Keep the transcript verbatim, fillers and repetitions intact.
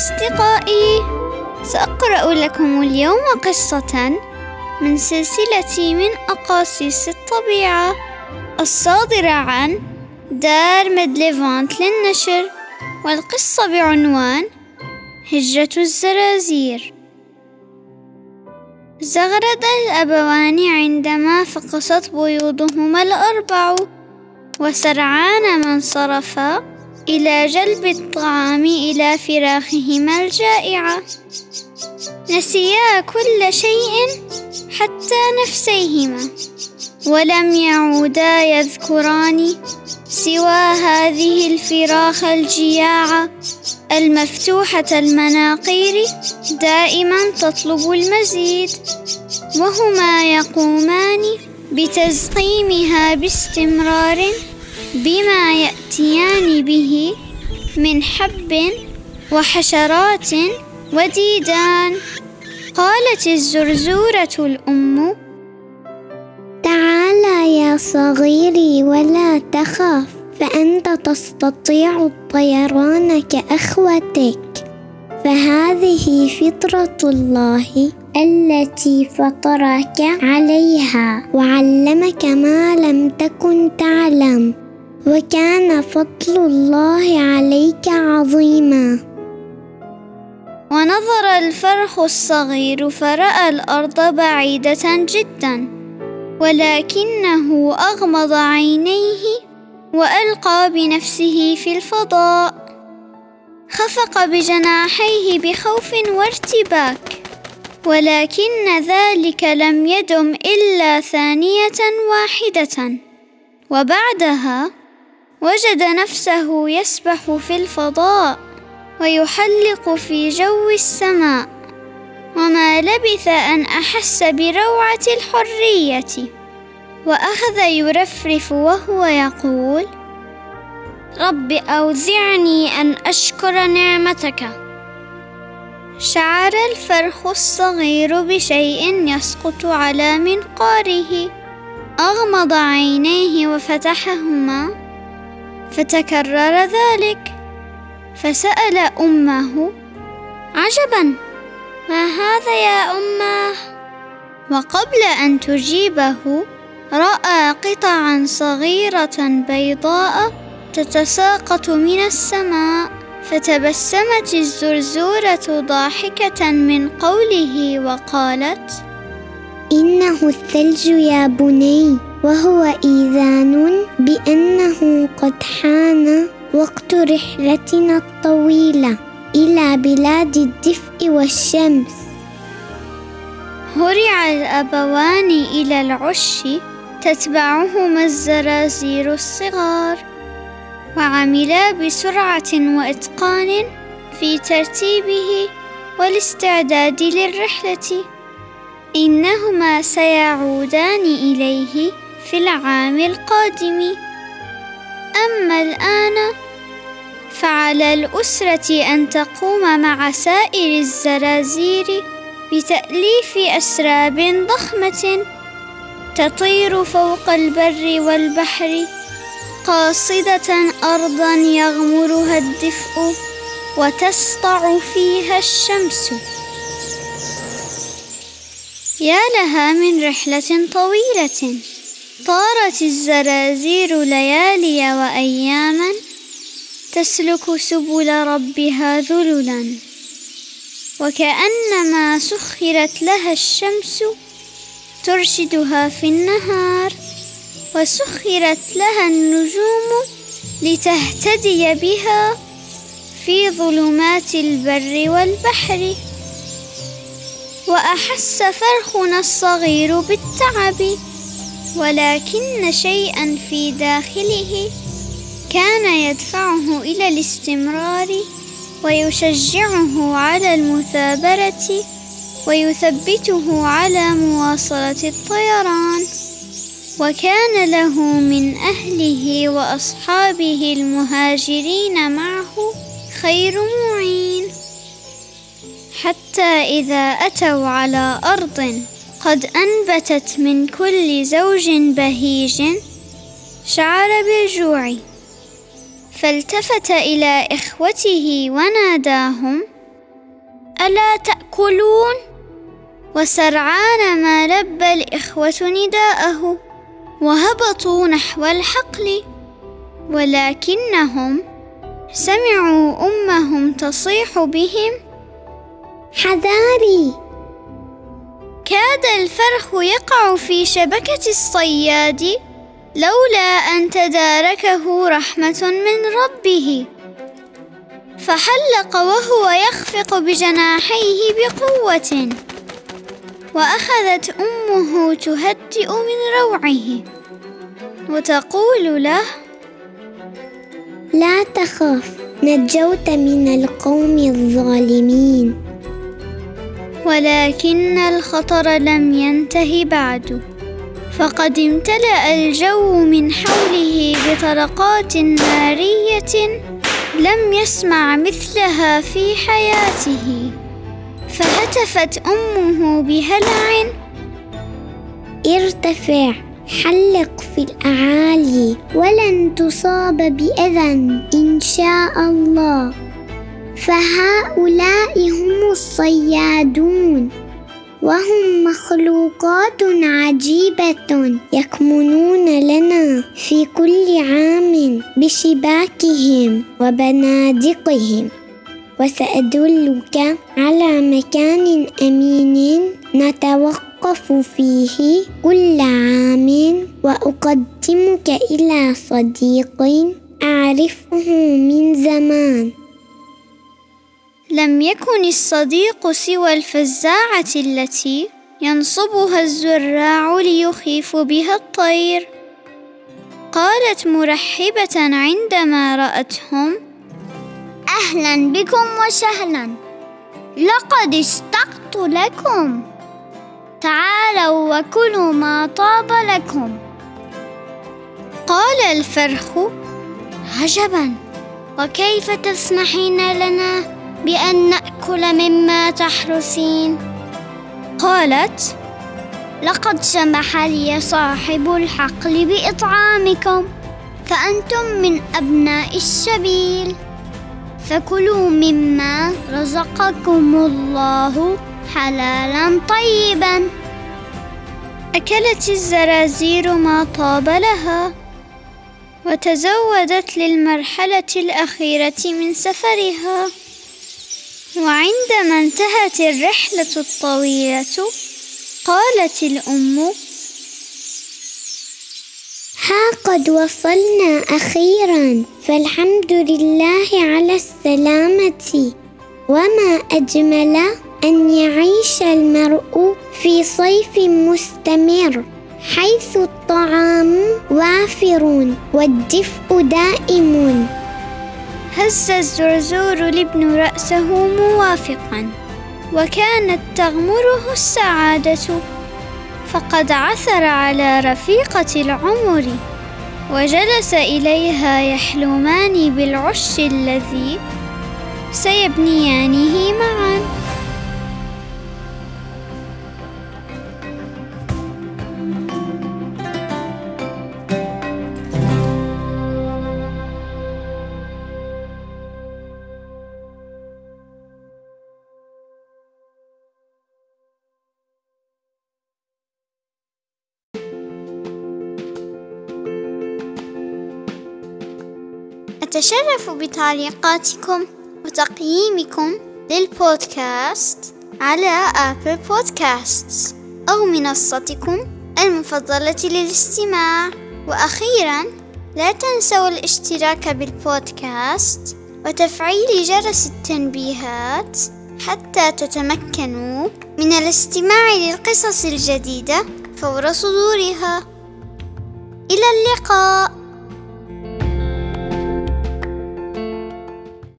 أصدقائي، سأقرأ لكم اليوم قصة من سلسلة من أقاصيص الطبيعة الصادرة عن دار ميدليفانت للنشر، والقصة بعنوان هجرة الزرازير. زغرد الأبوان عندما فقست بيوضهما الأربع، وسرعان ما انصرفا إلى جلب الطعام إلى فراخهما الجائعة. نسيا كل شيء حتى نفسيهما، ولم يعودا يذكران سوى هذه الفراخ الجياعة المفتوحة المناقير دائما تطلب المزيد، وهما يقومان بتزقيمها باستمرار بما يأتيان به من حب وحشرات وديدان. قالت الزرزورة الأم: تعال يا صغيري ولا تخف، فأنت تستطيع الطيران كأخوتك، فهذه فطرة الله التي فطرك عليها، وعلمك ما لم تكن تعلم، وكان فضل الله عليك عظيما. ونظر الفرخ الصغير فرأى الأرض بعيدة جدا، ولكنه أغمض عينيه وألقى بنفسه في الفضاء. خفق بجناحيه بخوف وارتباك، ولكن ذلك لم يدم إلا ثانية واحدة، وبعدها وجد نفسه يسبح في الفضاء ويحلق في جو السماء، وما لبث أن أحس بروعة الحرية، وأخذ يرفرف وهو يقول: رب أوزعني أن أشكر نعمتك. شعر الفرخ الصغير بشيء يسقط على منقاره، أغمض عينيه وفتحهما، فتكرر ذلك، فسأل أمه: عجبا، ما هذا يا أمه؟ وقبل أن تجيبه رأى قطعا صغيرة بيضاء تتساقط من السماء، فتبسمت الزرزورة ضاحكة من قوله وقالت: إنه الثلج يا بني، وهو إذان بأنه قد حان وقت رحلتنا الطويلة إلى بلاد الدفء والشمس. هرع الأبوان إلى العش تتبعهما الزرازير الصغار، وعملا بسرعة وإتقان في ترتيبه والاستعداد للرحلة. إنهما سيعودان إليه في العام القادم. أما الآن فعلى الأسرة أن تقوم مع سائر الزرازير بتأليف أسراب ضخمة تطير فوق البر والبحر، قاصدة أرضا يغمرها الدفء وتسطع فيها الشمس. يا لها من رحلة طويلة! طارت الزرازير ليالي وأياما تسلك سبل ربها ذللا، وكأنما سخرت لها الشمس ترشدها في النهار، وسخرت لها النجوم لتهتدي بها في ظلمات البر والبحر. وأحس فرخنا الصغير بالتعب، ولكن شيئا في داخله كان يدفعه إلى الاستمرار ويشجعه على المثابرة ويثبته على مواصلة الطيران. وكان له من أهله وأصحابه المهاجرين معه خير معين، حتى إذا أتوا على أرض قد أنبتت من كل زوج بهيج شعر بالجوع، فالتفت إلى إخوته وناداهم: ألا تأكلون؟ وسرعان ما لبى الإخوة نداءه وهبطوا نحو الحقل، ولكنهم سمعوا أمهم تصيح بهم: حذاري! كاد الفرخ يقع في شبكة الصياد لولا أن تداركه رحمة من ربه، فحلق وهو يخفق بجناحيه بقوة، وأخذت أمه تهدئ من روعه وتقول له: لا تخف، نجوت من القوم الظالمين. ولكن الخطر لم ينته بعد، فقد امتلأ الجو من حوله بطلقات نارية لم يسمع مثلها في حياته، فهتفت أمه بهلع: ارتفع، حلق في الأعالي، ولن تصاب بأذى إن شاء الله، فهؤلاء هم الصيادون، وهم مخلوقات عجيبة يكمنون لنا في كل عام بشباكهم وبنادقهم. وسأدلك على مكان أمين نتوقف فيه كل عام، وأقدمك إلى صديق أعرفه من زمان. لم يكن الصديق سوى الفزاعة التي ينصبها الزراع ليخيف بها الطير. قالت مرحبة عندما رأتهم: أهلا بكم وسهلا، لقد اشتقت لكم، تعالوا وكلوا ما طاب لكم. قال الفرخ: عجبا، وكيف تسمحين لنا بأن نأكل مما تحرسين؟ قالت: لقد سمح لي صاحب الحقل بإطعامكم، فأنتم من أبناء السبيل، فكلوا مما رزقكم الله حلالا طيبا. أكلت الزرازير ما طاب لها، وتزودت للمرحلة الأخيرة من سفرها. وعندما انتهت الرحلة الطويلة قالت الأم: ها قد وصلنا أخيرا، فالحمد لله على السلامة. وما أجمل أن يعيش المرء في صيف مستمر، حيث الطعام وافر والدفء دائم. هز الزرزور الابن رأسه موافقا، وكانت تغمره السعادة، فقد عثر على رفيقة العمر وجلس إليها يحلمان بالعش الذي سيبنيانه معا. أتشرف بتعليقاتكم وتقييمكم للبودكاست على آبل بودكاست أو منصتكم المفضلة للاستماع. وأخيرا، لا تنسوا الاشتراك بالبودكاست وتفعيل جرس التنبيهات حتى تتمكنوا من الاستماع للقصص الجديدة فور صدورها. إلى اللقاء.